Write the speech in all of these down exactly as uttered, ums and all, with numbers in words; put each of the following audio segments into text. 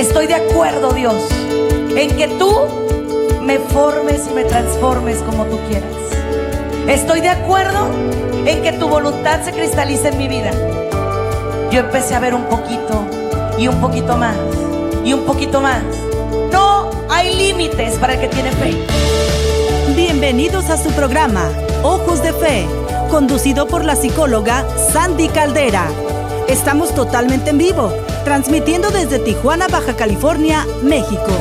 Estoy de acuerdo, Dios, en que tú me formes y me transformes como tú quieras. Estoy de acuerdo en que tu voluntad se cristalice en mi vida. Yo empecé a ver un poquito y un poquito más y un poquito más. No hay límites para el que tiene fe. Bienvenidos a su programa Ojos de Fe, conducido por la psicóloga Sandy Caldera. Estamos totalmente en vivo, transmitiendo desde Tijuana, Baja California, México.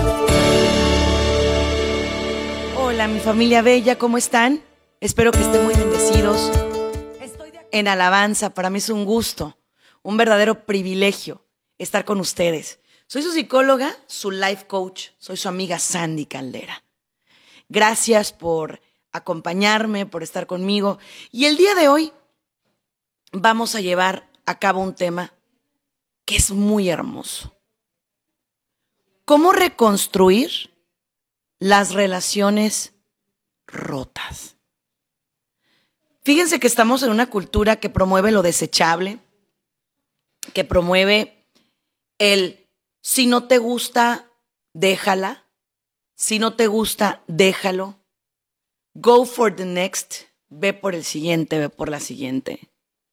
Hola, mi familia bella, ¿cómo están? Espero que estén muy bendecidos. Estoy en alabanza. Para mí es un gusto, un verdadero privilegio estar con ustedes. Soy su psicóloga, su life coach, soy su amiga Sandy Caldera. Gracias por acompañarme, por estar conmigo. Y el día de hoy vamos a llevar a cabo un tema que es muy hermoso. ¿Cómo reconstruir las relaciones rotas? Fíjense que estamos en una cultura que promueve lo desechable, que promueve el si no te gusta, déjala. Si no te gusta, déjalo. Go for the next. Ve por el siguiente, ve por la siguiente.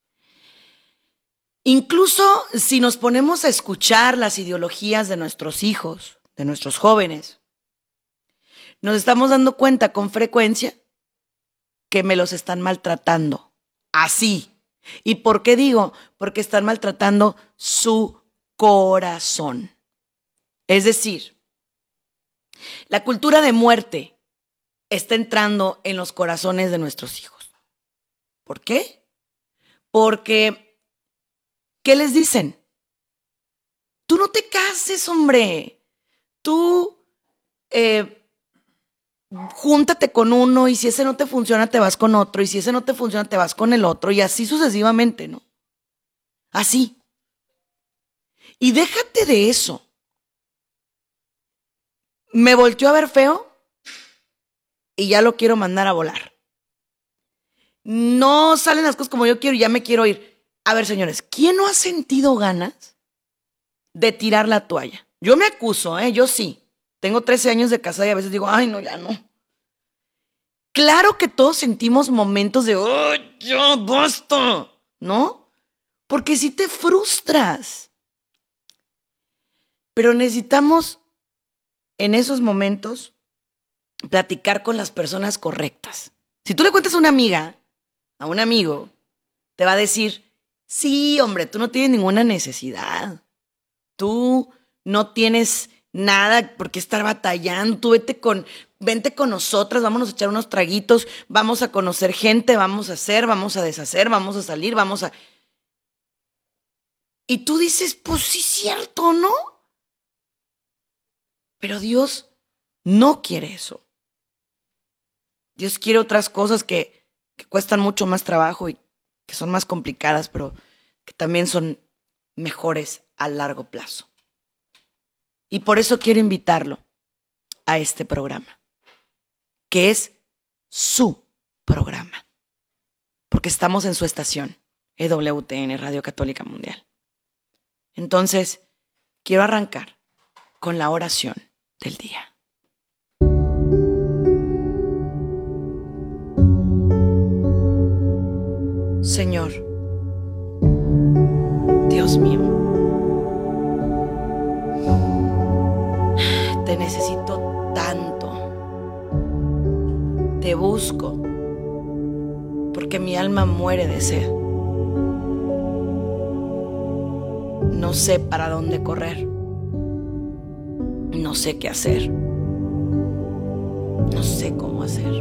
Incluso si nos ponemos a escuchar las ideologías de nuestros hijos, de nuestros jóvenes, nos estamos dando cuenta con frecuencia que me los están maltratando. Así. ¿Y por qué digo? Porque están maltratando su corazón. Es decir, la cultura de muerte está entrando en los corazones de nuestros hijos. ¿Por qué? Porque, ¿qué les dicen? Tú no te cases, hombre. Tú, eh, júntate con uno y si ese no te funciona, te vas con otro. Y si ese no te funciona, te vas con el otro. Y así sucesivamente, ¿no? Así. Y déjate de eso. Me volteó a ver feo y ya lo quiero mandar a volar. No salen las cosas como yo quiero y ya me quiero ir. A ver, señores, ¿quién no ha sentido ganas de tirar la toalla? Yo me acuso, ¿eh? Yo sí. Tengo trece años de casada y a veces digo, ay, no, ya no. Claro que todos sentimos momentos de, oh, ya, basta, ¿no? Porque sí te frustras. Pero necesitamos en esos momentos platicar con las personas correctas. Si tú le cuentas a una amiga, a un amigo, te va a decir, sí, hombre, tú no tienes ninguna necesidad. Tú no tienes nada por qué estar batallando. Tú vete con, vente con nosotras, vámonos a echar unos traguitos, vamos a conocer gente, vamos a hacer, vamos a deshacer, vamos a salir, vamos a... Y tú dices, pues sí es cierto, ¿no? Pero Dios no quiere eso. Dios quiere otras cosas que, que cuestan mucho más trabajo y que son más complicadas, pero que también son mejores a largo plazo. Y por eso quiero invitarlo a este programa, que es su programa, porque estamos en su estación, E W T N, Radio Católica Mundial. Entonces, quiero arrancar con la oración del día. Señor, Dios mío, te necesito tanto, te busco, porque mi alma muere de sed. No sé para dónde correr. No sé qué hacer. No sé cómo hacer.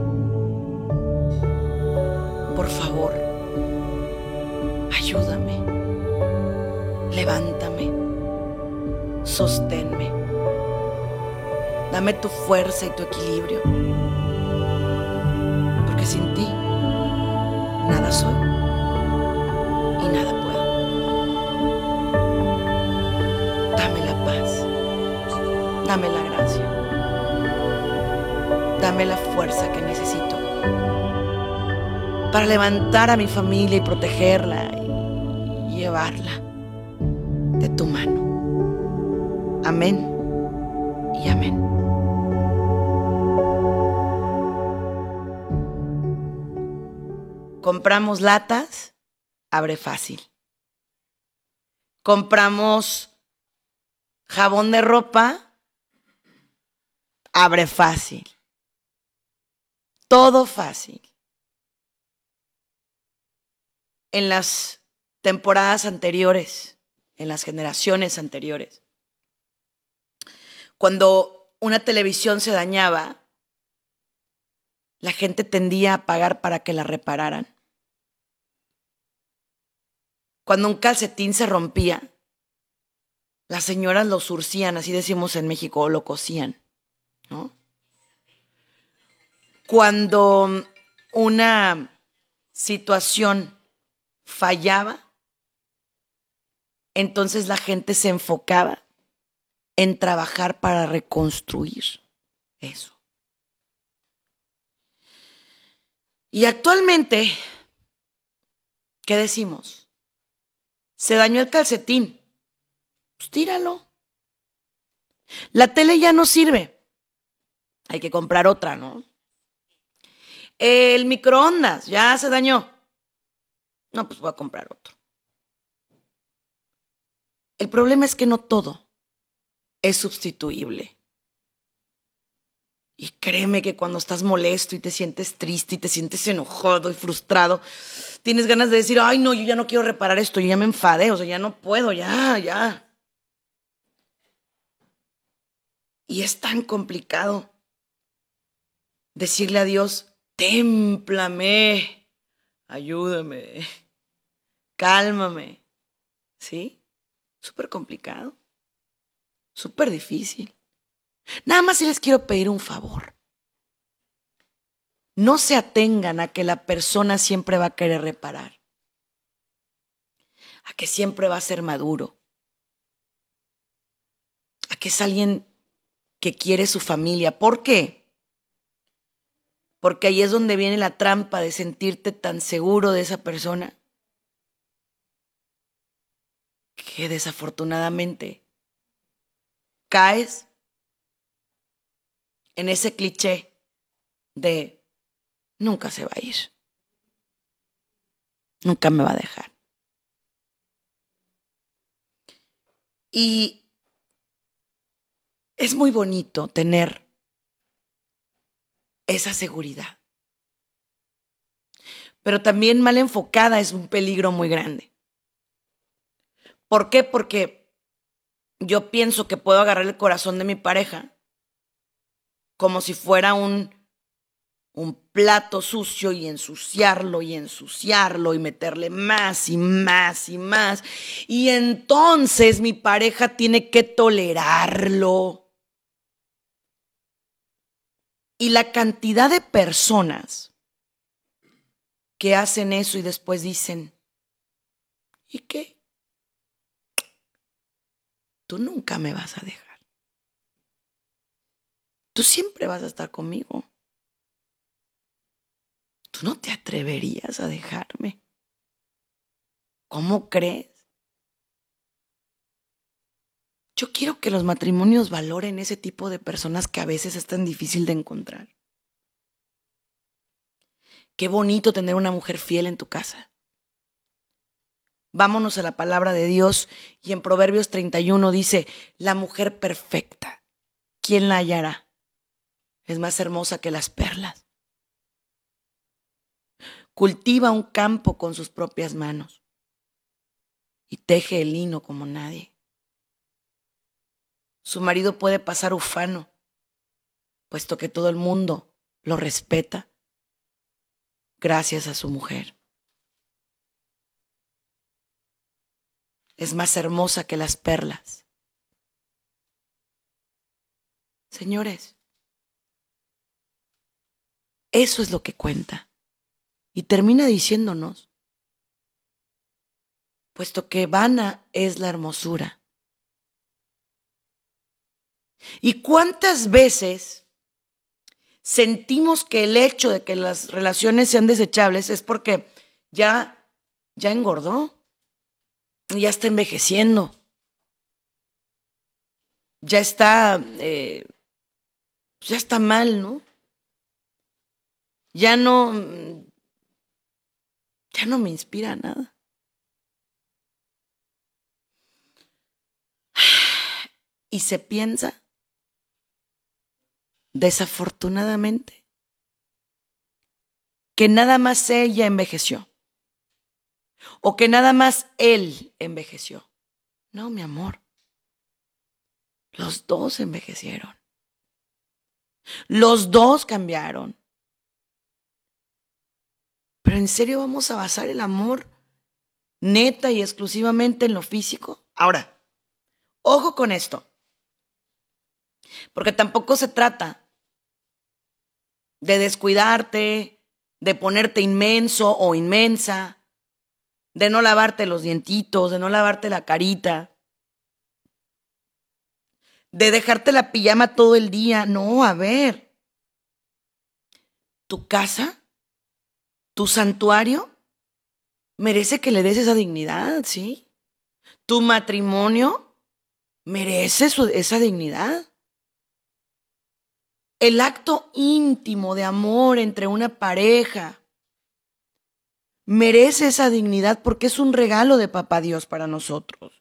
Por favor, ayúdame. Levántame. Sosténme. Dame tu fuerza y tu equilibrio. Porque sin ti, nada soy y nada puedo. Dame la paz. Dame la gracia. Dame la fuerza que necesito para levantar a mi familia y protegerla y llevarla de tu mano. Amén y amén. Compramos latas, abre fácil. Compramos jabón de ropa, abre fácil. Todo fácil. En las temporadas anteriores, en las generaciones anteriores, cuando una televisión se dañaba, la gente tendía a pagar para que la repararan. Cuando un calcetín se rompía, las señoras lo surcían, así decimos en México, o lo cosían, ¿no? Cuando una situación fallaba, entonces la gente se enfocaba en trabajar para reconstruir eso. Y actualmente, ¿qué decimos? Se dañó el calcetín, pues tíralo. La tele ya no sirve, hay que comprar otra, ¿no? El microondas ya se dañó, no, pues voy a comprar otro. El problema es que no todo es sustituible. Y créeme que cuando estás molesto y te sientes triste y te sientes enojado y frustrado, tienes ganas de decir, ay no, yo ya no quiero reparar esto, yo ya me enfadé, o sea, ya no puedo, ya, ya. Y es tan complicado decirle a Dios, témplame, ayúdame, cálmame, ¿sí? Súper complicado, súper difícil. Nada más si les quiero pedir un favor. No se atengan a que la persona siempre va a querer reparar, a que siempre va a ser maduro, a que es alguien que quiere su familia. ¿Por qué? Porque ahí es donde viene la trampa de sentirte tan seguro de esa persona que desafortunadamente caes en ese cliché de nunca se va a ir, nunca me va a dejar. Y es muy bonito tener esa seguridad, pero también mal enfocada es un peligro muy grande. ¿Por qué? Porque yo pienso que puedo agarrar el corazón de mi pareja como si fuera un, un plato sucio y ensuciarlo y ensuciarlo y meterle más y más y más. Y entonces mi pareja tiene que tolerarlo. Y la cantidad de personas que hacen eso y después dicen, ¿y qué? Tú nunca me vas a dejar. Tú siempre vas a estar conmigo. Tú no te atreverías a dejarme. ¿Cómo crees? Yo quiero que los matrimonios valoren ese tipo de personas que a veces es tan difícil de encontrar. Qué bonito tener una mujer fiel en tu casa. Vámonos a la palabra de Dios y en Proverbios treinta y uno dice, la mujer perfecta, ¿quién la hallará? Es más hermosa que las perlas. Cultiva un campo con sus propias manos y teje el lino como nadie. Su marido puede pasar ufano, puesto que todo el mundo lo respeta gracias a su mujer. Es más hermosa que las perlas. Señores, eso es lo que cuenta. Y termina diciéndonos, puesto que vana es la hermosura. ¿Y cuántas veces sentimos que el hecho de que las relaciones sean desechables es porque ya, ya engordó, ya está envejeciendo, ya está eh, pues ya está mal, ¿no? Ya no, ya no me inspira nada. Y se piensa, desafortunadamente, que nada más ella envejeció. O que nada más él envejeció. No, mi amor. Los dos envejecieron. Los dos cambiaron. Pero ¿en serio vamos a basar el amor neta y exclusivamente en lo físico? Ahora, ojo con esto. Porque tampoco se trata de descuidarte, de ponerte inmenso o inmensa, de no lavarte los dientitos, de no lavarte la carita, de dejarte la pijama todo el día. No, a ver. Tu casa, tu santuario, merece que le des esa dignidad, ¿sí? Tu matrimonio merece su, esa dignidad. El acto íntimo de amor entre una pareja merece esa dignidad porque es un regalo de Papá Dios para nosotros.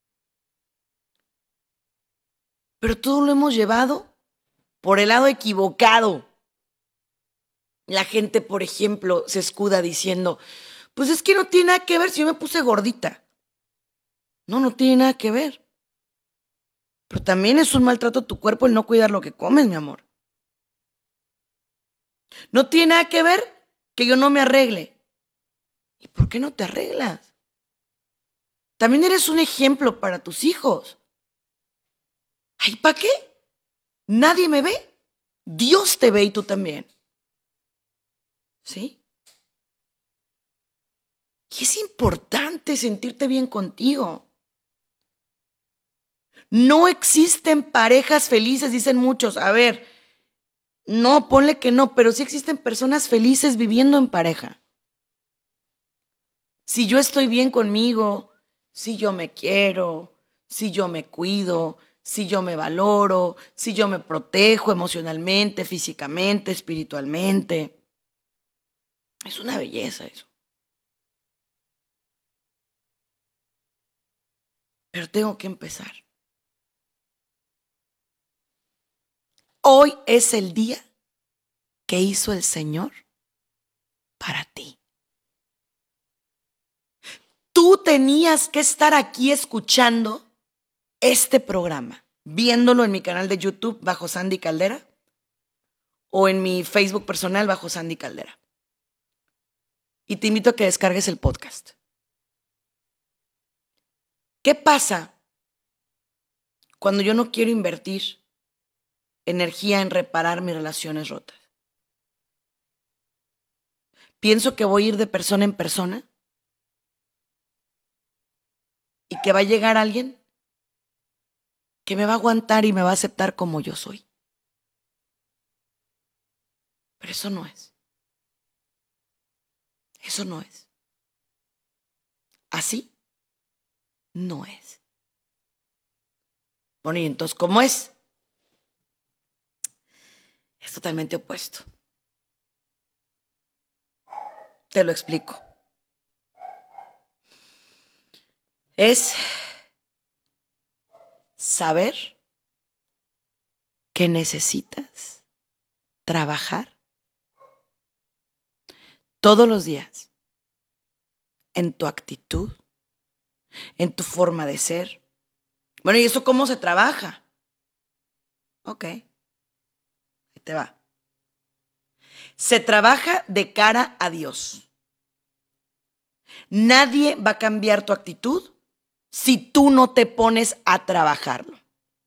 Pero todo lo hemos llevado por el lado equivocado. La gente, por ejemplo, se escuda diciendo, pues es que no tiene nada que ver si yo me puse gordita. No, no tiene nada que ver. Pero también es un maltrato a tu cuerpo el no cuidar lo que comes, mi amor. No tiene nada que ver que yo no me arregle. ¿Y por qué no te arreglas? También eres un ejemplo para tus hijos. ¿Ay, para qué? Nadie me ve. Dios te ve y tú también. ¿Sí? Y es importante sentirte bien contigo. No existen parejas felices, dicen muchos. A ver, no, ponle que no, pero sí existen personas felices viviendo en pareja. Si yo estoy bien conmigo, si yo me quiero, si yo me cuido, si yo me valoro, si yo me protejo emocionalmente, físicamente, espiritualmente. Es una belleza eso. Pero tengo que empezar. Hoy es el día que hizo el Señor para ti. Tú tenías que estar aquí escuchando este programa, viéndolo en mi canal de YouTube bajo Sandy Caldera o en mi Facebook personal bajo Sandy Caldera. Y te invito a que descargues el podcast. ¿Qué pasa cuando yo no quiero invertir energía en reparar mis relaciones rotas? Pienso que voy a ir de persona en persona y que va a llegar alguien que me va a aguantar y me va a aceptar como yo soy. Pero eso no es. Eso no es. Así no es. Bueno, y entonces, ¿cómo es? Es totalmente opuesto. Te lo explico. Es saber que necesitas trabajar todos los días en tu actitud, en tu forma de ser. Bueno, ¿y eso cómo se trabaja? Ok, ahí te va. Se trabaja de cara a Dios. Nadie va a cambiar tu actitud si tú no te pones a trabajarlo.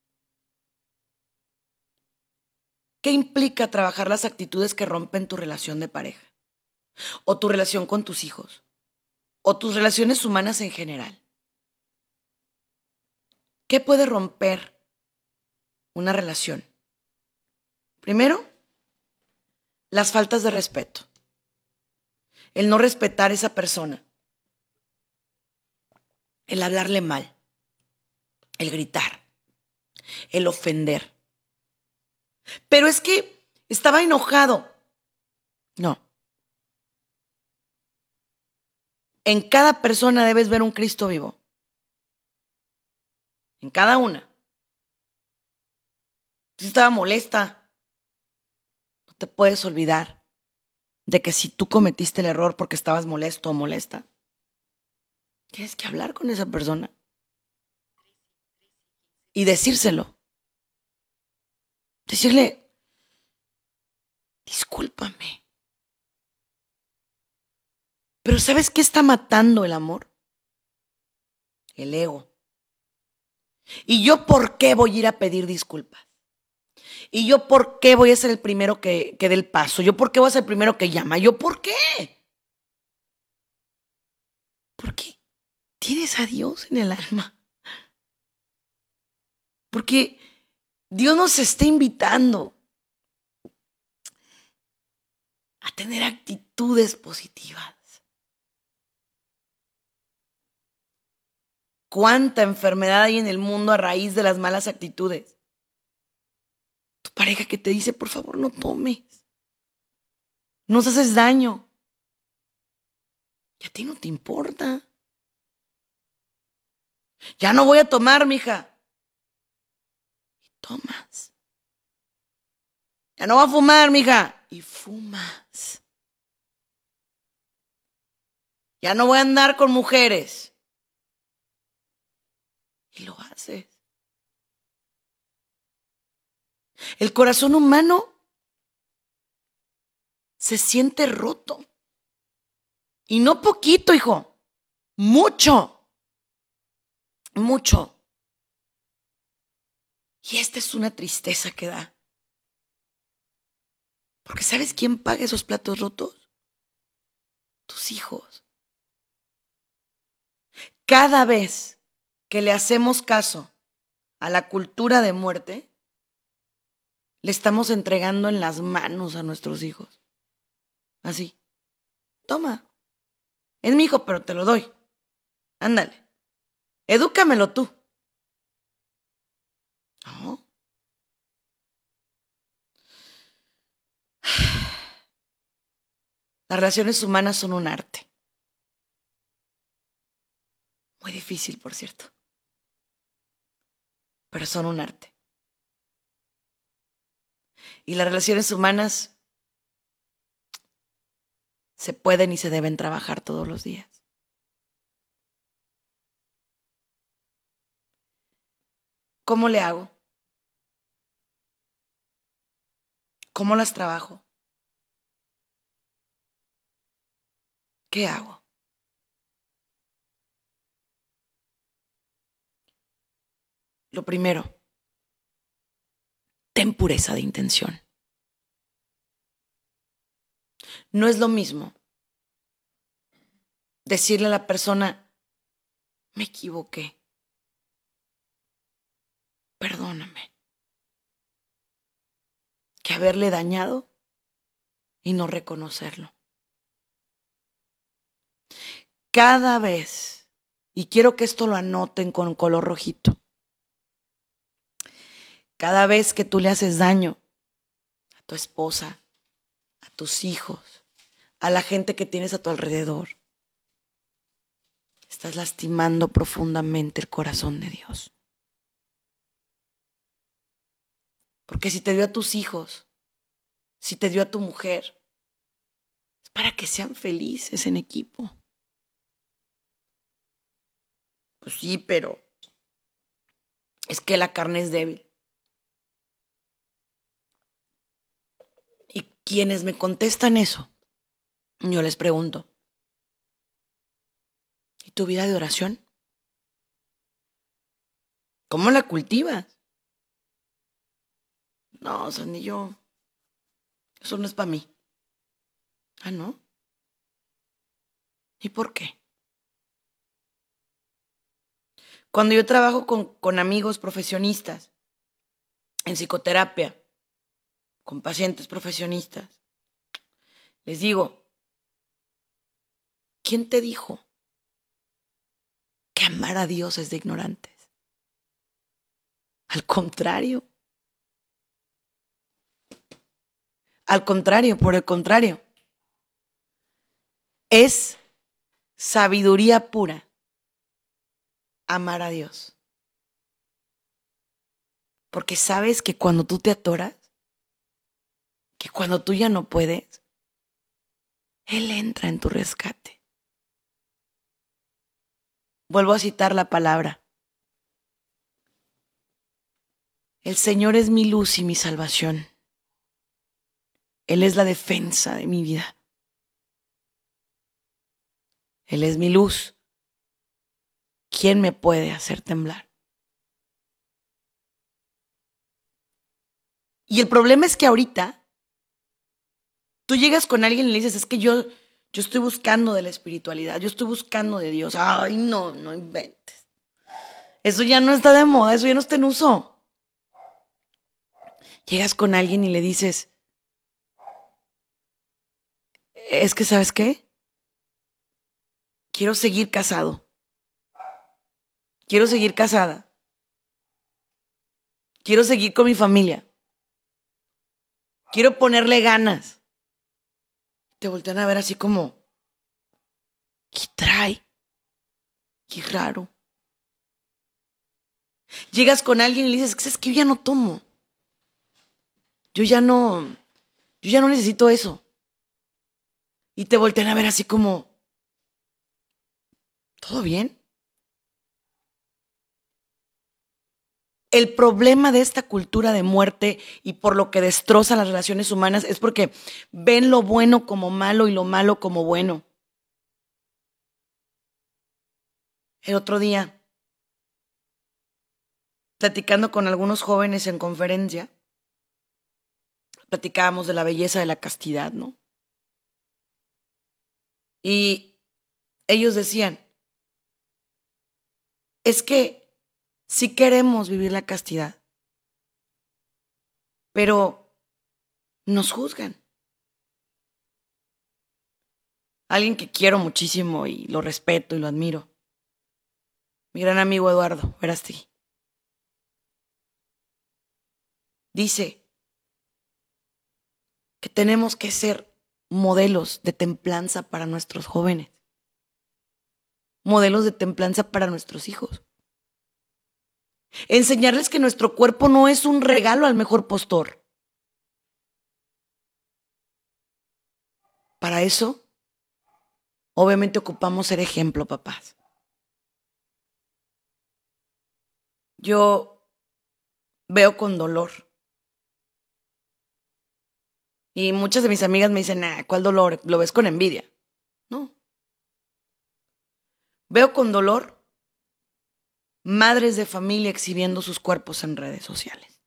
¿Qué implica trabajar las actitudes que rompen tu relación de pareja? O tu relación con tus hijos. O tus relaciones humanas en general. ¿Qué puede romper una relación? Primero, las faltas de respeto. El no respetar a esa persona. El hablarle mal. El gritar. El ofender. Pero es que estaba enojado. No. En cada persona debes ver un Cristo vivo. En cada una. Si estaba molesta, no te puedes olvidar de que si tú cometiste el error porque estabas molesto o molesta, tienes que hablar con esa persona y decírselo. Decirle, discúlpame. Pero ¿sabes qué está matando el amor? El ego. ¿Y yo por qué voy a ir a pedir disculpas? ¿Y yo por qué voy a ser el primero que, que dé el paso? ¿Yo por qué voy a ser el primero que llama? ¿Yo por qué? Porque tienes a Dios en el alma. Porque Dios nos está invitando a tener actitudes positivas. ¿Cuánta enfermedad hay en el mundo a raíz de las malas actitudes? Tu pareja que te dice, por favor, no tomes. Nos haces daño. Y a ti no te importa. Ya no voy a tomar, mija. Y tomas. Ya no voy a fumar, mija. Y fumas. Ya no voy a andar con mujeres. Y lo haces. El corazón humano se siente roto. Y no poquito, hijo. Mucho. Mucho. Y esta es una tristeza que da. Porque ¿sabes quién paga esos platos rotos? Tus hijos. Cada vez que le hacemos caso a la cultura de muerte, le estamos entregando en las manos a nuestros hijos. Así. Toma. Es mi hijo, pero te lo doy. Ándale. Edúcamelo tú. No. Las relaciones humanas son un arte. Muy difícil, por cierto. Pero son un arte. Y las relaciones humanas se pueden y se deben trabajar todos los días. ¿Cómo le hago? ¿Cómo las trabajo? ¿Qué hago? Lo primero, ten pureza de intención. No es lo mismo decirle a la persona, me equivoqué, perdóname, que haberle dañado y no reconocerlo. Cada vez, y quiero que esto lo anoten con color rojito, cada vez que tú le haces daño a tu esposa, a tus hijos, a la gente que tienes a tu alrededor, estás lastimando profundamente el corazón de Dios. Porque si te dio a tus hijos, si te dio a tu mujer, es para que sean felices en equipo. Pues sí, pero es que la carne es débil. Y quienes me contestan eso, yo les pregunto, ¿y tu vida de oración? ¿Cómo la cultivas? No, Sandy, yo, eso no es para mí. Ah, ¿no? ¿Y por qué? Cuando yo trabajo con, con amigos profesionistas, en psicoterapia, con pacientes profesionistas, les digo, ¿quién te dijo que amar a Dios es de ignorantes? Al contrario. Al contrario, por el contrario. Es sabiduría pura amar a Dios. Porque sabes que cuando tú te atoras, que cuando tú ya no puedes, Él entra en tu rescate. Vuelvo a citar la palabra. El Señor es mi luz y mi salvación. Él es la defensa de mi vida. Él es mi luz. ¿Quién me puede hacer temblar? Y el problema es que ahorita tú llegas con alguien y le dices, es que yo, yo estoy buscando de la espiritualidad, yo estoy buscando de Dios. Ay, no, no inventes. Eso ya no está de moda, eso ya no está en uso. Llegas con alguien y le dices, es que ¿sabes qué? Quiero seguir casado. Quiero seguir casada. Quiero seguir con mi familia. Quiero ponerle ganas. Te voltean a ver así como, ¿qué trae? Qué raro. Llegas con alguien y le dices, es que yo ya no tomo. Yo ya no, yo ya no necesito eso. Y te voltean a ver así como, ¿todo bien? El problema de esta cultura de muerte y por lo que destroza las relaciones humanas es porque ven lo bueno como malo y lo malo como bueno. El otro día, platicando con algunos jóvenes en conferencia, platicábamos de la belleza de la castidad, ¿no? Y ellos decían, es que sí queremos vivir la castidad, pero nos juzgan. Alguien que quiero muchísimo y lo respeto y lo admiro, mi gran amigo Eduardo Verástegui, dice que tenemos que ser modelos de templanza para nuestros jóvenes, modelos de templanza para nuestros hijos. Enseñarles que nuestro cuerpo no es un regalo al mejor postor. Para eso, obviamente ocupamos ser ejemplo, papás. Yo veo con dolor. Y muchas de mis amigas me dicen, ah, ¿cuál dolor? ¿Lo ves con envidia? No. Veo con dolor madres de familia exhibiendo sus cuerpos en redes sociales.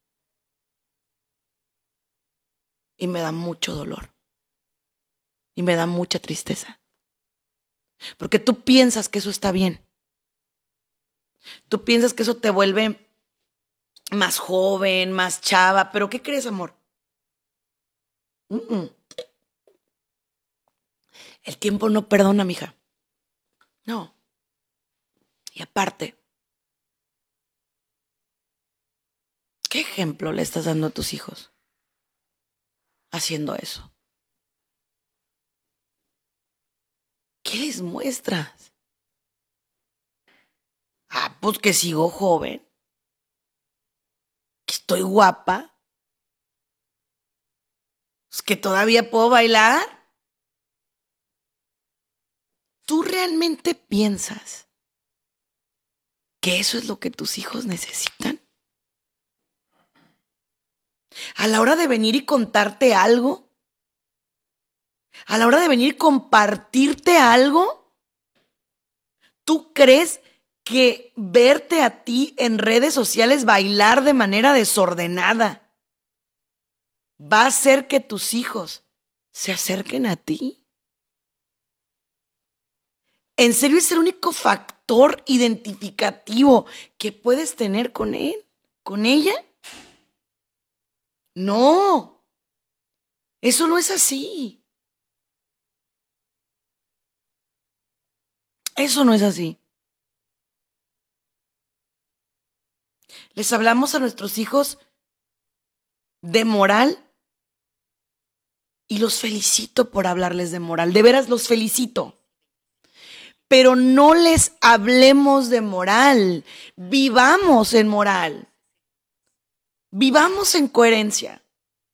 Y me da mucho dolor. Y me da mucha tristeza. Porque tú piensas que eso está bien. Tú piensas que eso te vuelve más joven, más chava. ¿Pero qué crees, amor? Mm-mm. El tiempo no perdona, mija. No. Y aparte, ¿qué ejemplo le estás dando a tus hijos haciendo eso? ¿Qué les muestras? Ah, pues que sigo joven, que estoy guapa, pues que todavía puedo bailar. ¿Tú realmente piensas que eso es lo que tus hijos necesitan? A la hora de venir y contarte algo, a la hora de venir y compartirte algo, ¿tú crees que verte a ti en redes sociales bailar de manera desordenada va a hacer que tus hijos se acerquen a ti? ¿En serio es el único factor identificativo que puedes tener con él, con ella? No, eso no es así. Eso no es así. Les hablamos a nuestros hijos de moral Y los felicito por hablarles de moral. De veras los felicito. Pero no les hablemos de moral. Vivamos en moral. Vivamos en coherencia.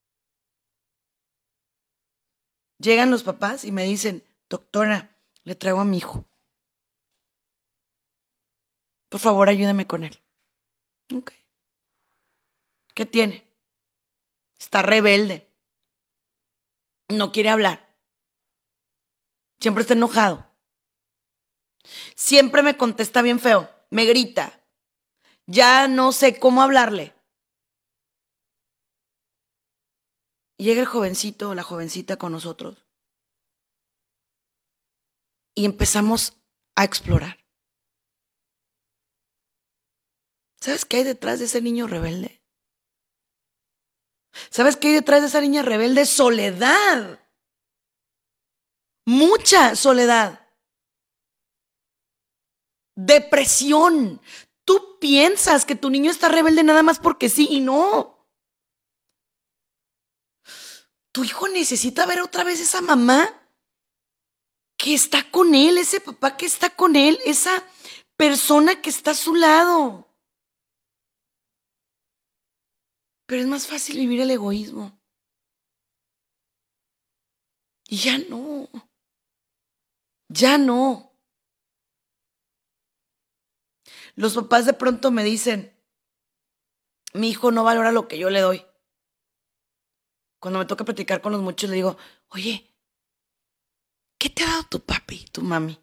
Llegan los papás y me dicen, doctora, le traigo a mi hijo. Por favor, ayúdame con él. Ok. ¿Qué tiene? Está rebelde. No quiere hablar. Siempre está enojado. Siempre me contesta bien feo. Me grita. Ya no sé cómo hablarle. Y llega el jovencito o la jovencita con nosotros. Y empezamos a explorar. ¿Sabes qué hay detrás de ese niño rebelde? ¿Sabes qué hay detrás de esa niña rebelde? Soledad. Mucha soledad. Depresión. Tú piensas que tu niño está rebelde nada más porque sí y no. Tu hijo necesita ver otra vez esa mamá que está con él, ese papá que está con él, esa persona que está a su lado. Pero es más fácil vivir el egoísmo. Y ya no. Ya no. Los papás de pronto me dicen, mi hijo no valora lo que yo le doy. Cuando me toca platicar con los muchos le digo, oye, ¿qué te ha dado tu papi, tu mami?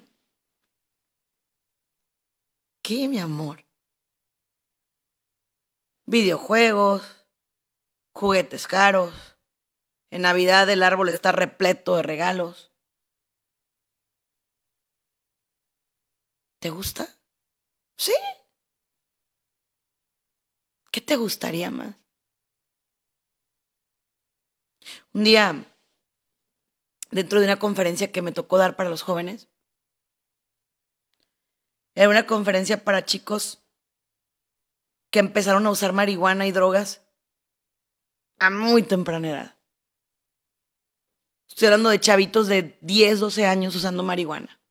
¿Qué, mi amor? Videojuegos, juguetes caros. En Navidad el árbol está repleto de regalos. ¿Te gusta? ¿Sí? ¿Qué te gustaría más? Un día, dentro de una conferencia que me tocó dar para los jóvenes, era una conferencia para chicos que empezaron a usar marihuana y drogas a muy temprana edad. Estoy hablando de chavitos de diez, doce años usando marihuana.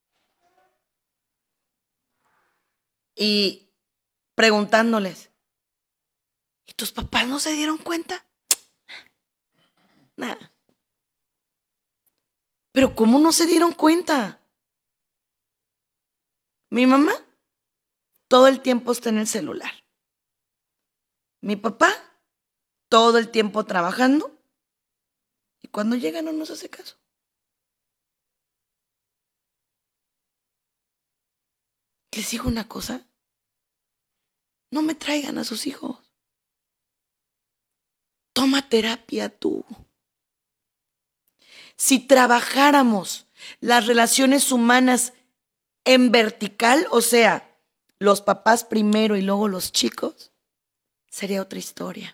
Y preguntándoles, ¿y tus papás no se dieron cuenta? Nada. Pero ¿cómo no se dieron cuenta? Mi mamá todo el tiempo está en el celular. Mi papá todo el tiempo trabajando y cuando llega no nos hace caso. Les digo una cosa, no me traigan a sus hijos. Toma terapia tú. Si trabajáramos las relaciones humanas en vertical, o sea, los papás primero y luego los chicos, sería otra historia.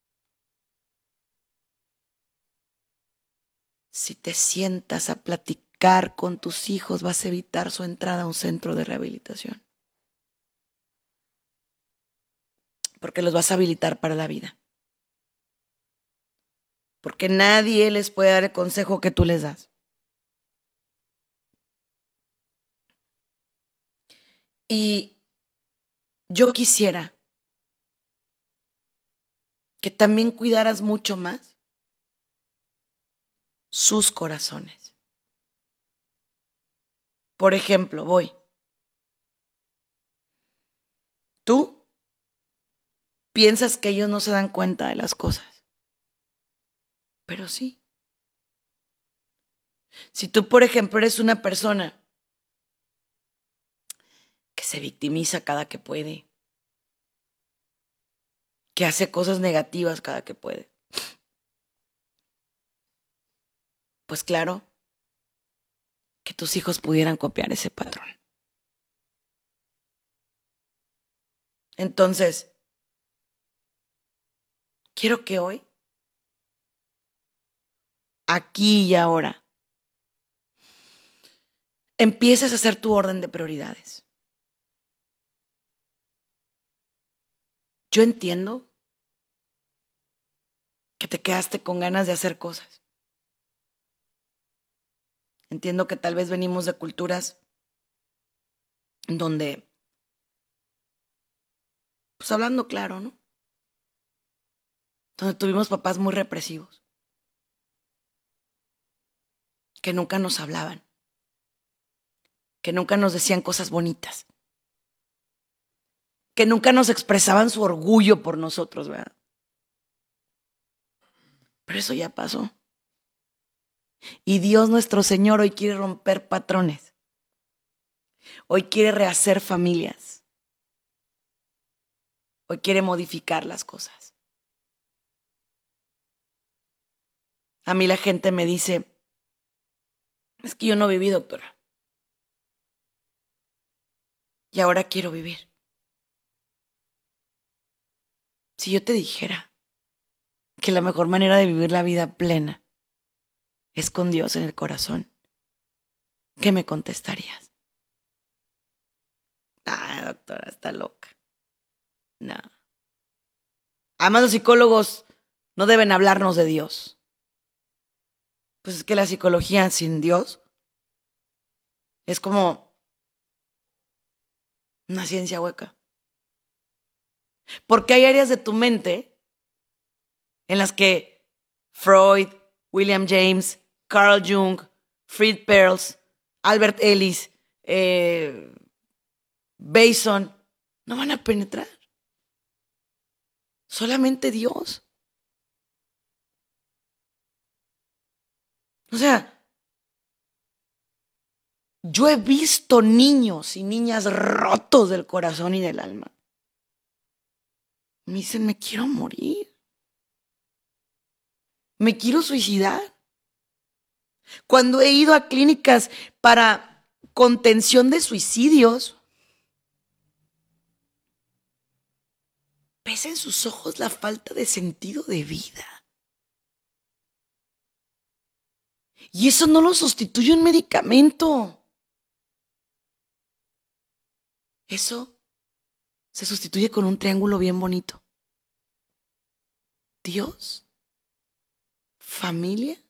Si te sientas a platicar con tus hijos, vas a evitar su entrada a un centro de rehabilitación. Porque los vas a habilitar para la vida. Porque nadie les puede dar el consejo que tú les das. Y yo quisiera que también cuidaras mucho más sus corazones. Por ejemplo, voy. Tú piensas que ellos no se dan cuenta de las cosas, pero sí. Si tú, por ejemplo, eres una persona que se victimiza cada que puede, que hace cosas negativas cada que puede, pues claro que tus hijos pudieran copiar ese patrón. Entonces, quiero que hoy, aquí y ahora, empieces a hacer tu orden de prioridades. Yo entiendo que te quedaste con ganas de hacer cosas. Entiendo que tal vez venimos de culturas donde, pues hablando claro, ¿no? Donde tuvimos papás muy represivos, que nunca nos hablaban, que nunca nos decían cosas bonitas, que nunca nos expresaban su orgullo por nosotros, ¿verdad? Pero eso ya pasó. Y Dios nuestro Señor hoy quiere romper patrones. Hoy quiere rehacer familias. Hoy quiere modificar las cosas. A mí la gente me dice, es que yo no viví, doctora. Y ahora quiero vivir. Si yo te dijera que la mejor manera de vivir la vida plena es con Dios en el corazón, ¿qué me contestarías? Ah, doctora, está loca. No. Además, los psicólogos no deben hablarnos de Dios. Pues es que la psicología sin Dios es como una ciencia hueca. Porque hay áreas de tu mente en las que Freud, William James, Carl Jung, Fritz Perls, Albert Ellis, eh, Bason, no van a penetrar. Solamente Dios. O sea, yo he visto niños y niñas rotos del corazón y del alma. Me dicen, me quiero morir. Me quiero suicidar. Cuando he ido a clínicas para contención de suicidios, ves en sus ojos la falta de sentido de vida. Y eso no lo sustituye un medicamento. Eso se sustituye con un triángulo bien bonito. Dios, familia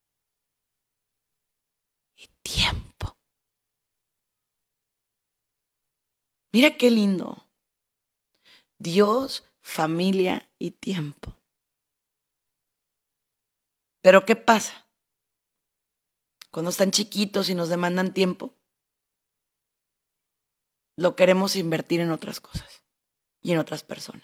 y tiempo. Mira qué lindo. Dios, familia y tiempo. Pero ¿qué pasa? Cuando están chiquitos y nos demandan tiempo, lo queremos invertir en otras cosas y en otras personas.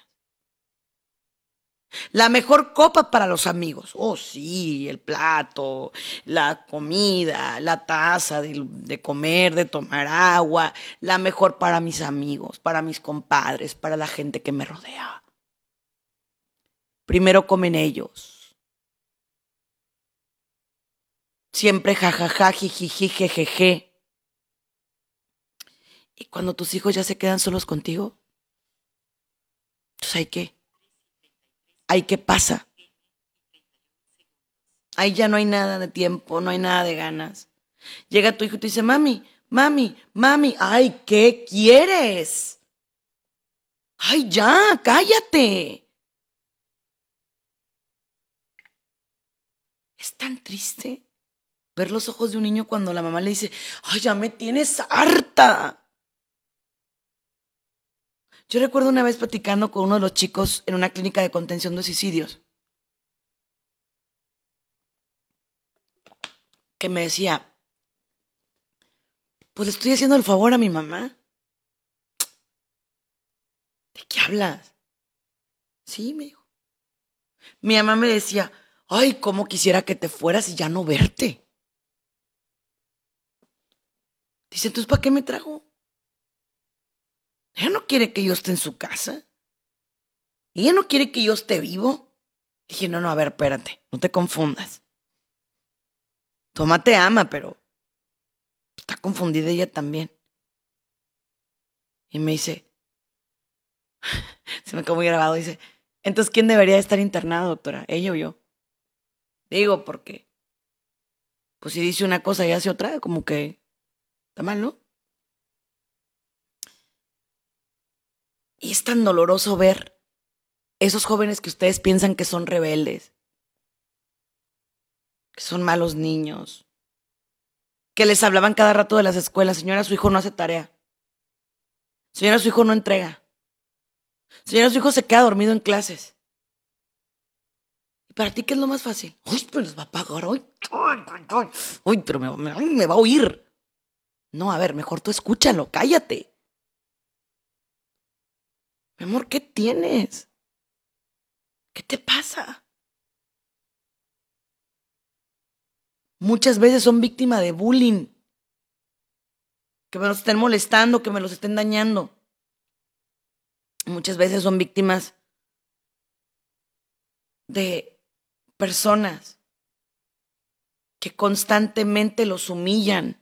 La mejor copa para los amigos. Oh, sí, el plato, la comida, la taza de, de comer, de tomar agua. La mejor para mis amigos, para mis compadres, para la gente que me rodea. Primero comen ellos. Siempre jajaja, jijiji, jejeje. Y cuando tus hijos ya se quedan solos contigo, entonces ¿hay qué? ¿Hay qué pasa? Ahí ya no hay nada de tiempo, no hay nada de ganas. Llega tu hijo y te dice, mami, mami, mami, ay, ¿qué quieres? Ay, ya, cállate. Es tan triste ver los ojos de un niño cuando la mamá le dice, ay, ya me tienes harta. Yo recuerdo una vez platicando con uno de los chicos en una clínica de contención de suicidios, que me decía, pues le estoy haciendo el favor a mi mamá. ¿De qué hablas? Sí, me dijo. Mi mamá me decía, ay, cómo quisiera que te fueras y ya no verte. Dice, entonces, ¿para qué me trajo? Ella no quiere que yo esté en su casa. Ella no quiere que yo esté vivo. Dije, no, no, a ver, espérate, no te confundas. Tu mamá te ama, pero está confundida ella también. Y me dice, se me quedó muy grabado, dice, entonces, ¿quién debería estar internado, doctora? ¿Ella o yo? Digo, porque, pues si dice una cosa y hace otra, como que está mal, ¿no? Y es tan doloroso ver esos jóvenes que ustedes piensan que son rebeldes, que son malos niños, que les hablaban cada rato de las escuelas. Señora, su hijo no hace tarea. Señora, su hijo no entrega. Señora, su hijo se queda dormido en clases. ¿Y para ti qué es lo más fácil? Uy, pero les va a pagar hoy. Uy, pero me, me, me va a oír. No, a ver, mejor tú escúchalo, cállate. Mi amor, ¿qué tienes? ¿Qué te pasa? Muchas veces son víctimas de bullying. Que me los estén molestando, que me los estén dañando. Muchas veces son víctimas de personas que constantemente los humillan.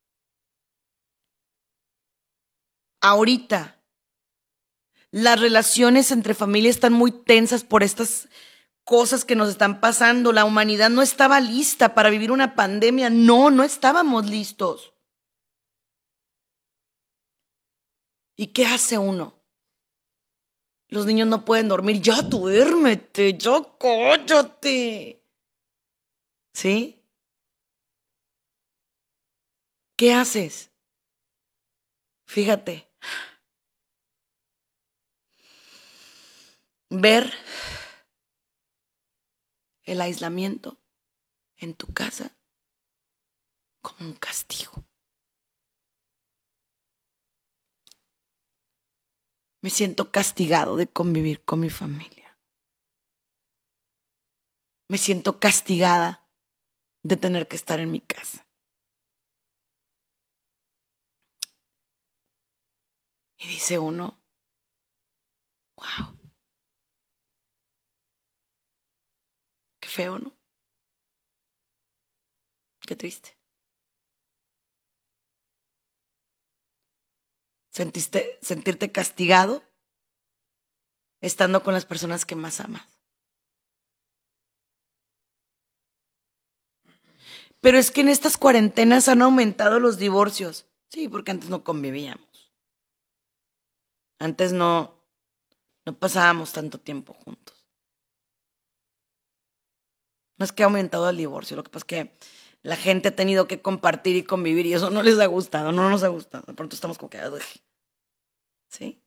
Ahorita, las relaciones entre familias están muy tensas por estas cosas que nos están pasando. La humanidad no estaba lista para vivir una pandemia. No, no estábamos listos. ¿Y qué hace uno? Los niños no pueden dormir. Ya duérmete, ya cállate. ¿Sí? ¿Qué haces? Fíjate. Ver el aislamiento en tu casa como un castigo. Me siento castigado de convivir con mi familia. Me siento castigada de tener que estar en mi casa. Y dice uno, wow, qué feo, ¿no? Qué triste. Sentiste, sentirte castigado estando con las personas que más amas. Pero es que en estas cuarentenas han aumentado los divorcios. Sí, porque antes no convivíamos. Antes no, no pasábamos tanto tiempo juntos. No es que ha aumentado el divorcio, lo que pasa es que la gente ha tenido que compartir y convivir y eso no les ha gustado, no nos ha gustado. De pronto estamos como que... ¿Sí?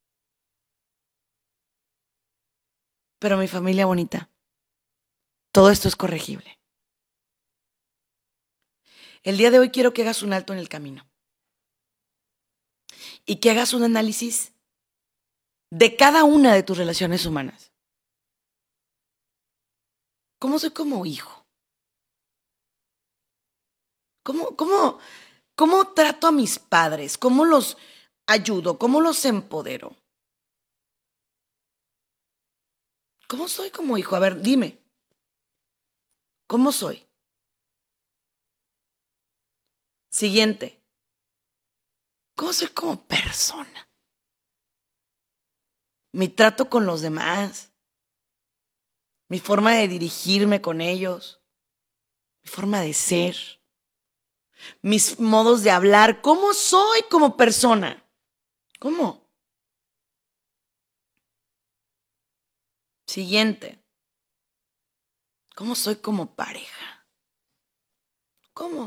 Pero mi familia bonita, todo esto es corregible. El día de hoy quiero que hagas un alto en el camino y que hagas un análisis de cada una de tus relaciones humanas. ¿Cómo soy como hijo? ¿Cómo, cómo, cómo trato a mis padres? ¿Cómo los ayudo? ¿Cómo los empodero? ¿Cómo soy como hijo? A ver, dime. ¿Cómo soy? Siguiente. ¿Cómo soy como persona? Mi trato con los demás. Mi forma de dirigirme con ellos. Mi forma de ser. Mis modos de hablar. ¿Cómo soy como persona? ¿Cómo? Siguiente. ¿Cómo soy como pareja? ¿Cómo?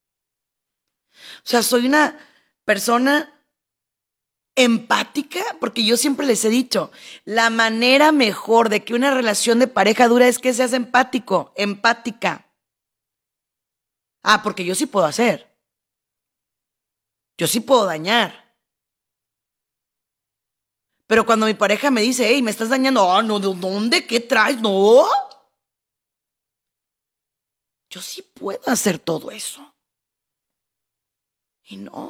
O sea, soy una persona empática, porque yo siempre les he dicho, la manera mejor de que una relación de pareja dure es que seas empático, empática. Ah, porque yo sí puedo hacer. Yo sí puedo dañar. Pero cuando mi pareja me dice, hey, me estás dañando, oh, no, ¿de dónde? ¿Qué traes? No. Yo sí puedo hacer todo eso. Y no.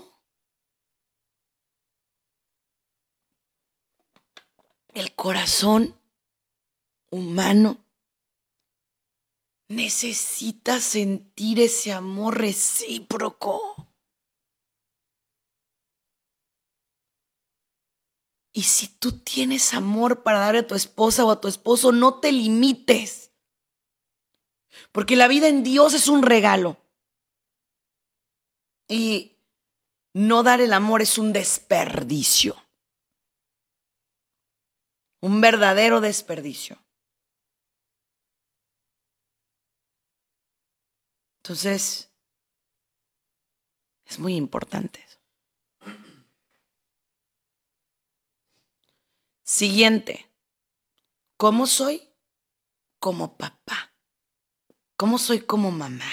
El corazón humano necesita sentir ese amor recíproco. Y si tú tienes amor para darle a tu esposa o a tu esposo, no te limites. Porque la vida en Dios es un regalo. Y no dar el amor es un desperdicio. Un verdadero desperdicio. Entonces, Es muy importante eso. Siguiente. ¿Cómo soy como papá? ¿Cómo soy como mamá?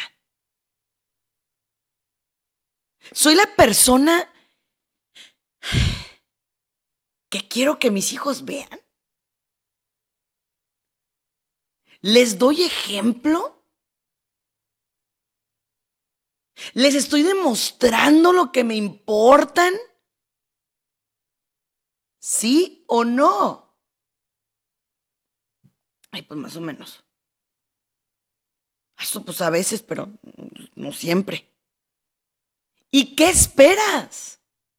Soy la persona que quiero que mis hijos vean. ¿Les doy ejemplo? ¿Les estoy demostrando lo que me importan? ¿Sí o no? Ay, pues más o menos. Eso pues a veces, pero no siempre. ¿Y qué esperas?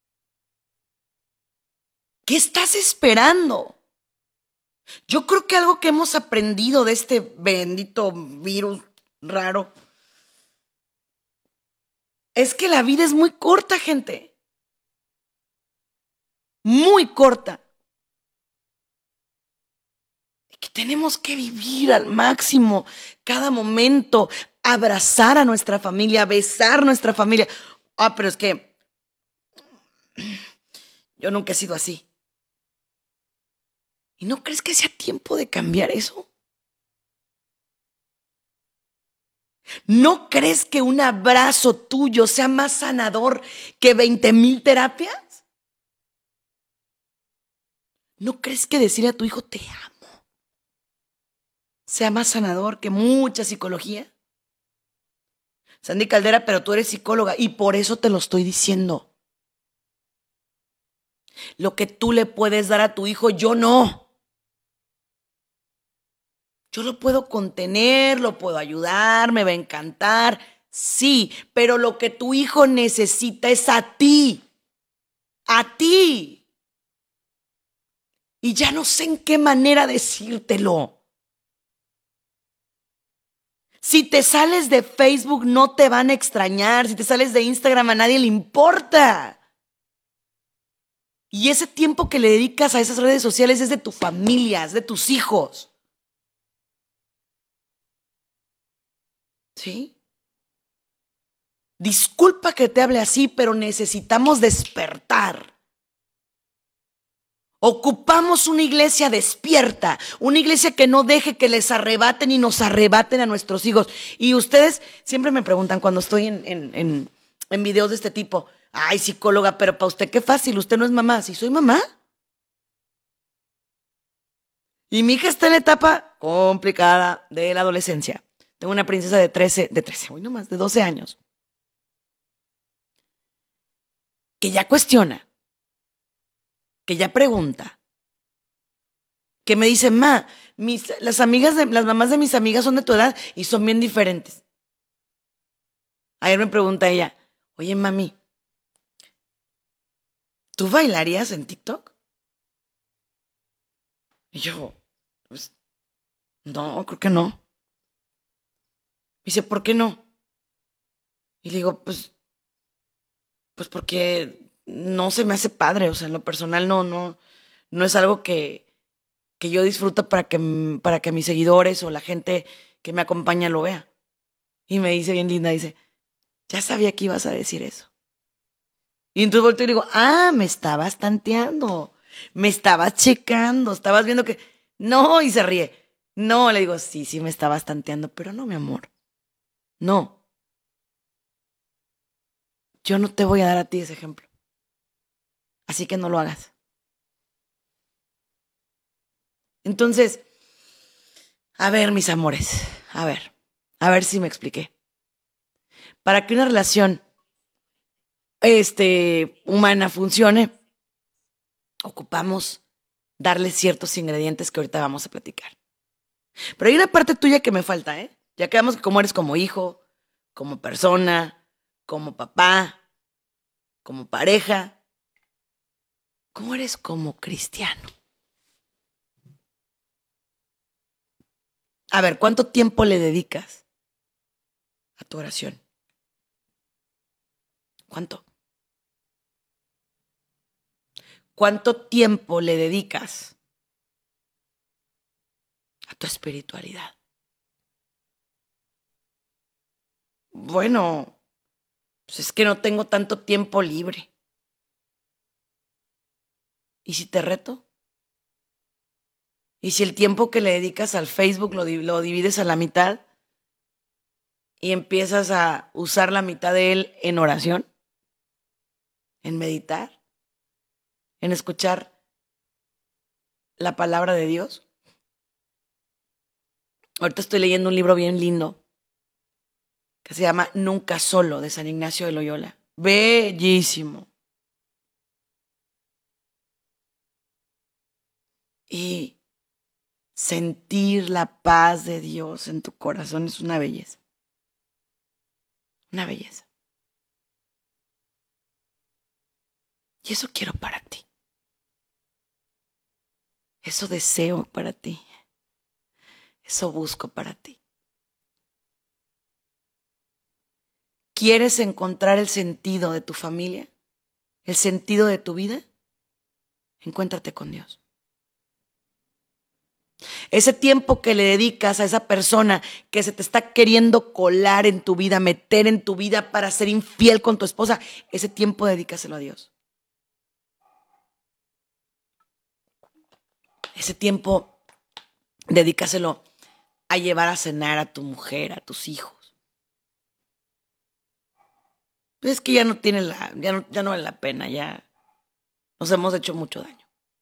¿Qué estás esperando? Yo creo que algo que hemos aprendido de este bendito virus raro es que la vida es muy corta, gente. Muy corta. Y que tenemos que vivir al máximo cada momento, abrazar a nuestra familia, besar a nuestra familia. Ah, pero es que yo nunca he sido así. ¿Y no crees que sea tiempo de cambiar eso? ¿No crees que un abrazo tuyo sea más sanador que veinte mil terapias? ¿No crees que decirle a tu hijo te amo sea más sanador que mucha psicología? Sandy Caldera, pero tú eres psicóloga y por eso te lo estoy diciendo. Lo que tú le puedes dar a tu hijo, yo no. Yo lo puedo contener, lo puedo ayudar, me va a encantar, sí, pero lo que tu hijo necesita es a ti, a ti. Y ya no sé en qué manera decírtelo. Si te sales de Facebook no te van a extrañar, si te sales de Instagram a nadie le importa. Y ese tiempo que le dedicas a esas redes sociales es de tu familia, es de tus hijos. ¿Sí? Disculpa que te hable así, pero necesitamos despertar. Ocupamos una iglesia despierta, una iglesia que no deje que les arrebaten y nos arrebaten a nuestros hijos. Y ustedes siempre me preguntan cuando estoy en, en, en, en videos de este tipo, ay, psicóloga, pero para usted qué fácil, usted no es mamá. ¿Sí soy mamá? Y mi hija está en la etapa complicada de la adolescencia. Tengo una princesa de trece, de trece, hoy nomás, de doce años, que ya cuestiona, que ya pregunta, que me dice, ma, mis, las amigas de, las mamás de mis amigas son de tu edad y son bien diferentes. Ayer me pregunta ella, oye, mami, ¿tú bailarías en TikTok? Y yo, pues, no, creo que no. Me dice, ¿por qué no? Y le digo, pues, pues porque no se me hace padre, o sea, en lo personal no, no, no es algo que, que yo disfruto para que, para que mis seguidores o la gente que me acompaña lo vea. Y me dice bien linda, dice, ya sabía que ibas a decir eso. Y entonces volteo y digo, ah, me estabas tanteando, me estabas checando, estabas viendo que... No, y se ríe. No, le digo, sí, sí me estabas tanteando, pero no, mi amor. No. Yo no te voy a dar a ti ese ejemplo. Así que no lo hagas. Entonces, a ver, mis amores, a ver, a ver si me expliqué. Para que una relación este, humana funcione, ocupamos darle ciertos ingredientes que ahorita vamos a platicar. Pero hay una parte tuya que me falta, ¿eh? Ya quedamos que cómo eres como hijo, como persona, como papá, como pareja. ¿Cómo eres como cristiano? A ver, ¿cuánto tiempo le dedicas a tu oración? ¿Cuánto? ¿Cuánto tiempo le dedicas a tu espiritualidad? Bueno, Pues es que no tengo tanto tiempo libre. ¿Y si te reto? ¿Y si el tiempo que le dedicas al Facebook lo, lo divides a la mitad y empiezas a usar la mitad de él en oración, en meditar, en escuchar la palabra de Dios? Ahorita estoy leyendo un libro bien lindo que se llama Nunca Solo, de San Ignacio de Loyola. Bellísimo. Y sentir la paz de Dios en tu corazón es una belleza. Una belleza. Y eso quiero para ti. Eso deseo para ti. Eso busco para ti. ¿Quieres encontrar el sentido de tu familia? ¿El sentido de tu vida? Encuéntrate con Dios. Ese tiempo que le dedicas a esa persona que se te está queriendo colar en tu vida, meter en tu vida para ser infiel con tu esposa, ese tiempo dedícaselo a Dios. Ese tiempo dedícaselo a llevar a cenar a tu mujer, a tus hijos. Pues es que ya no tiene la, ya no, ya no vale la pena, ya nos hemos hecho mucho daño.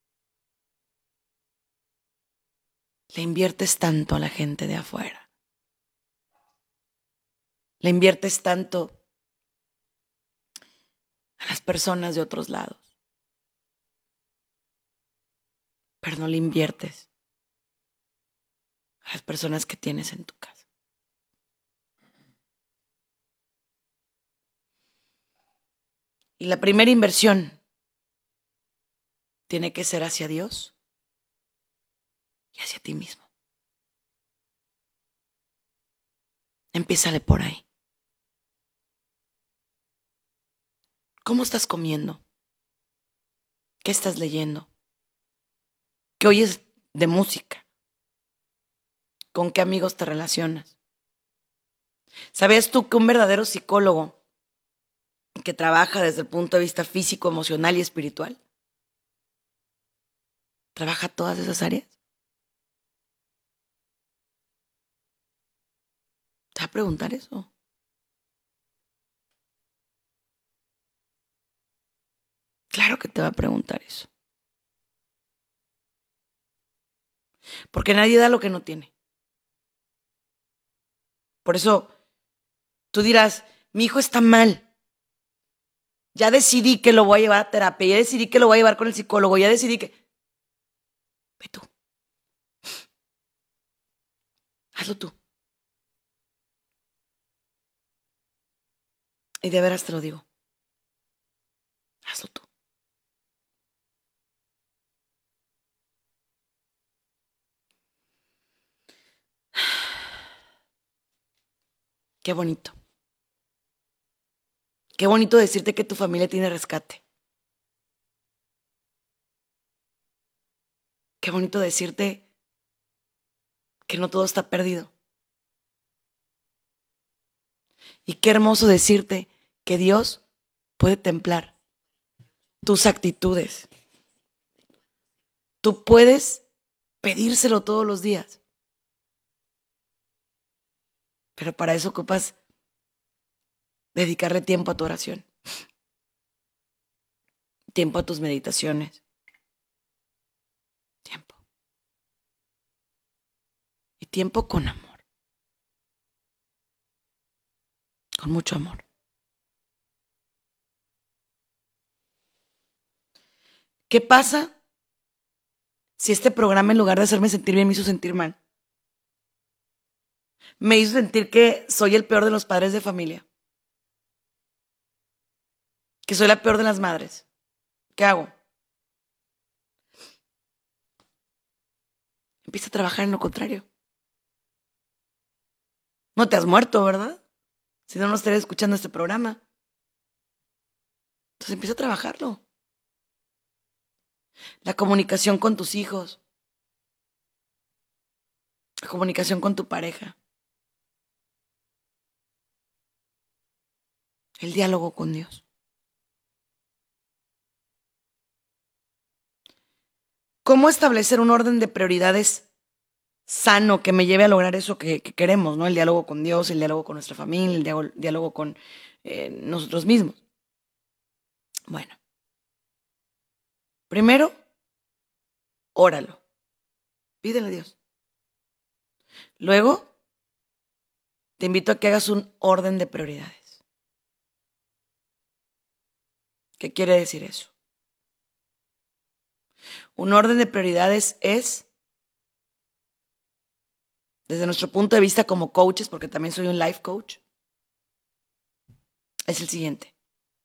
Le inviertes tanto a la gente de afuera. Le inviertes tanto a las personas de otros lados. Pero no le inviertes a las personas que tienes en tu casa. Y la primera inversión tiene que ser hacia Dios y hacia ti mismo. Empiézale por ahí. ¿Cómo estás comiendo? ¿Qué estás leyendo? ¿Qué oyes de música? ¿Con qué amigos te relacionas? ¿Sabías tú que un verdadero psicólogo que trabaja desde el punto de vista físico, emocional y espiritual trabaja todas esas áreas? ¿Te va a preguntar eso? Claro que te va a preguntar eso. Porque nadie da lo que no tiene. Por eso tú dirás, mi hijo está mal. Ya decidí que lo voy a llevar a terapia, ya decidí que lo voy a llevar con el psicólogo, ya decidí que... Ve tú. Hazlo tú. Y de veras te lo digo. Hazlo tú. Qué bonito. Qué bonito decirte que tu familia tiene rescate. Qué bonito decirte que no todo está perdido. Y qué hermoso decirte que Dios puede templar tus actitudes. Tú puedes pedírselo todos los días. Pero para eso ocupas dedicarle tiempo a tu oración. Tiempo a tus meditaciones. Tiempo. Y tiempo con amor. Con mucho amor. ¿Qué pasa si este programa, en lugar de hacerme sentir bien, me hizo sentir mal? Me hizo sentir que soy el peor de los padres de familia. Que soy la peor de las madres. ¿Qué hago? Empieza a trabajar en lo contrario. No te has muerto, ¿verdad? Si no, no estarías escuchando este programa. Entonces empieza a trabajarlo. La comunicación con tus hijos. La comunicación con tu pareja. el diálogo con Dios. ¿Cómo establecer un orden de prioridades sano que me lleve a lograr eso que, que queremos, ¿no? El diálogo con Dios, el diálogo con nuestra familia, el diálogo, diálogo con eh, nosotros mismos. Bueno, primero, óralo, pídele a Dios. Luego, te invito a que hagas un orden de prioridades. ¿Qué quiere decir eso? Un orden de prioridades es, desde nuestro punto de vista como coaches, porque también soy un life coach, es el siguiente.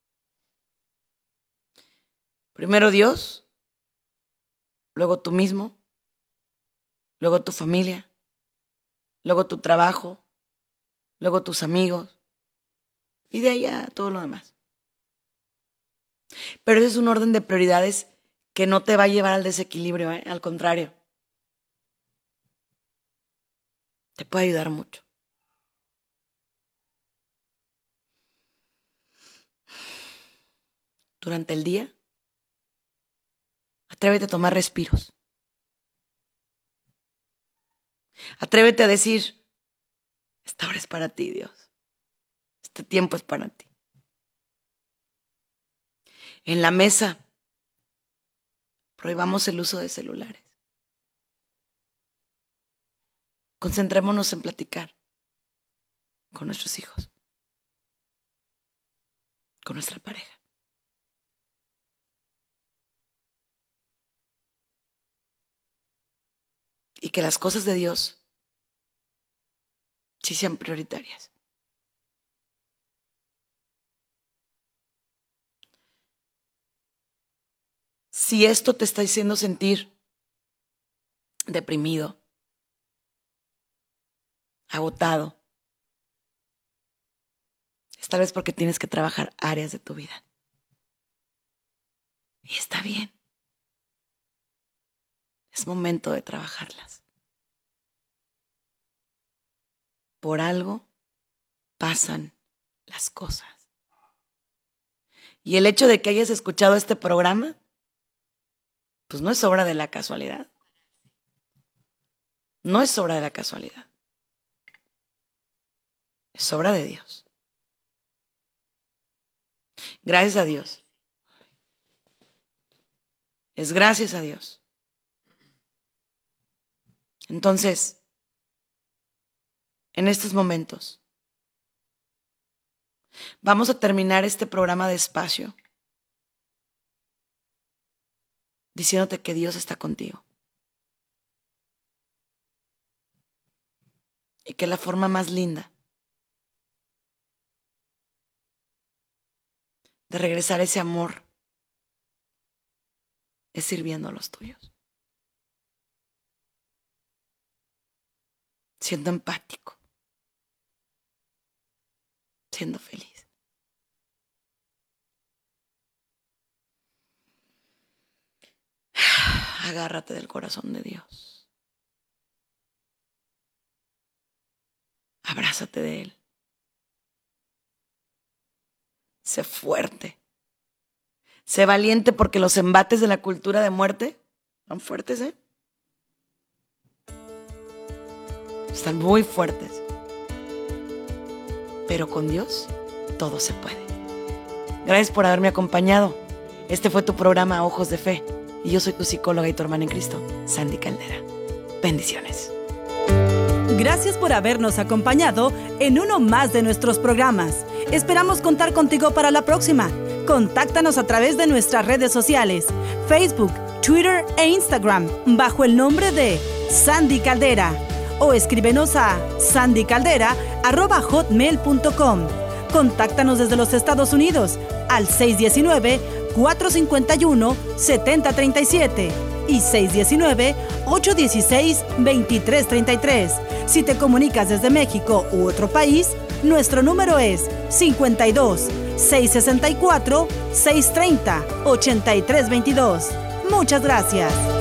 Primero Dios, luego tú mismo, luego tu familia, luego tu trabajo, luego tus amigos, y de ahí a todo lo demás. Pero ese es un orden de prioridades que no te va a llevar al desequilibrio, ¿eh? Al contrario. Te puede ayudar mucho. Durante el día, atrévete a tomar respiros. Atrévete a decir, esta hora es para ti, Dios. Este tiempo es para ti. En la mesa, prohibamos el uso de celulares. Concentrémonos en platicar con nuestros hijos, con nuestra pareja. Y que las cosas de Dios sí sean prioritarias. Si esto te está haciendo sentir deprimido, agotado, es tal vez porque tienes que trabajar áreas de tu vida. Y está bien. Es momento de trabajarlas. Por algo pasan las cosas. Y el hecho de que hayas escuchado este programa, pues no es obra de la casualidad. No es obra de la casualidad. Es obra de Dios. Gracias a Dios. Es gracias a Dios. Entonces, en estos momentos, vamos a terminar este programa despacio, diciéndote que Dios está contigo. Y que la forma más linda de regresar ese amor es sirviendo a los tuyos. Siendo empático. Siendo feliz. Agárrate del corazón de Dios. Abrázate de Él. Sé fuerte. Sé valiente porque los embates de la cultura de muerte son fuertes, ¿eh? Están muy fuertes. Pero con Dios todo se puede. Gracias por haberme acompañado. Este fue tu programa Ojos de Fe. Y yo soy tu psicóloga y tu hermana en Cristo, Sandy Caldera. Bendiciones. Gracias por habernos acompañado en uno más de nuestros programas. Esperamos contar contigo para la próxima. Contáctanos a través de nuestras redes sociales, Facebook, Twitter e Instagram, bajo el nombre de Sandy Caldera. O escríbenos a sandy caldera arroba hotmail punto com. Contáctanos desde los Estados Unidos al seis uno nueve, cuatro cinco uno, siete cero tres siete y seis uno nueve, ocho uno seis, dos tres tres tres. Si te comunicas desde México u otro país, nuestro número es cincuenta y dos, seiscientos sesenta y cuatro, seiscientos treinta, ochenta y tres veintidós. Muchas gracias.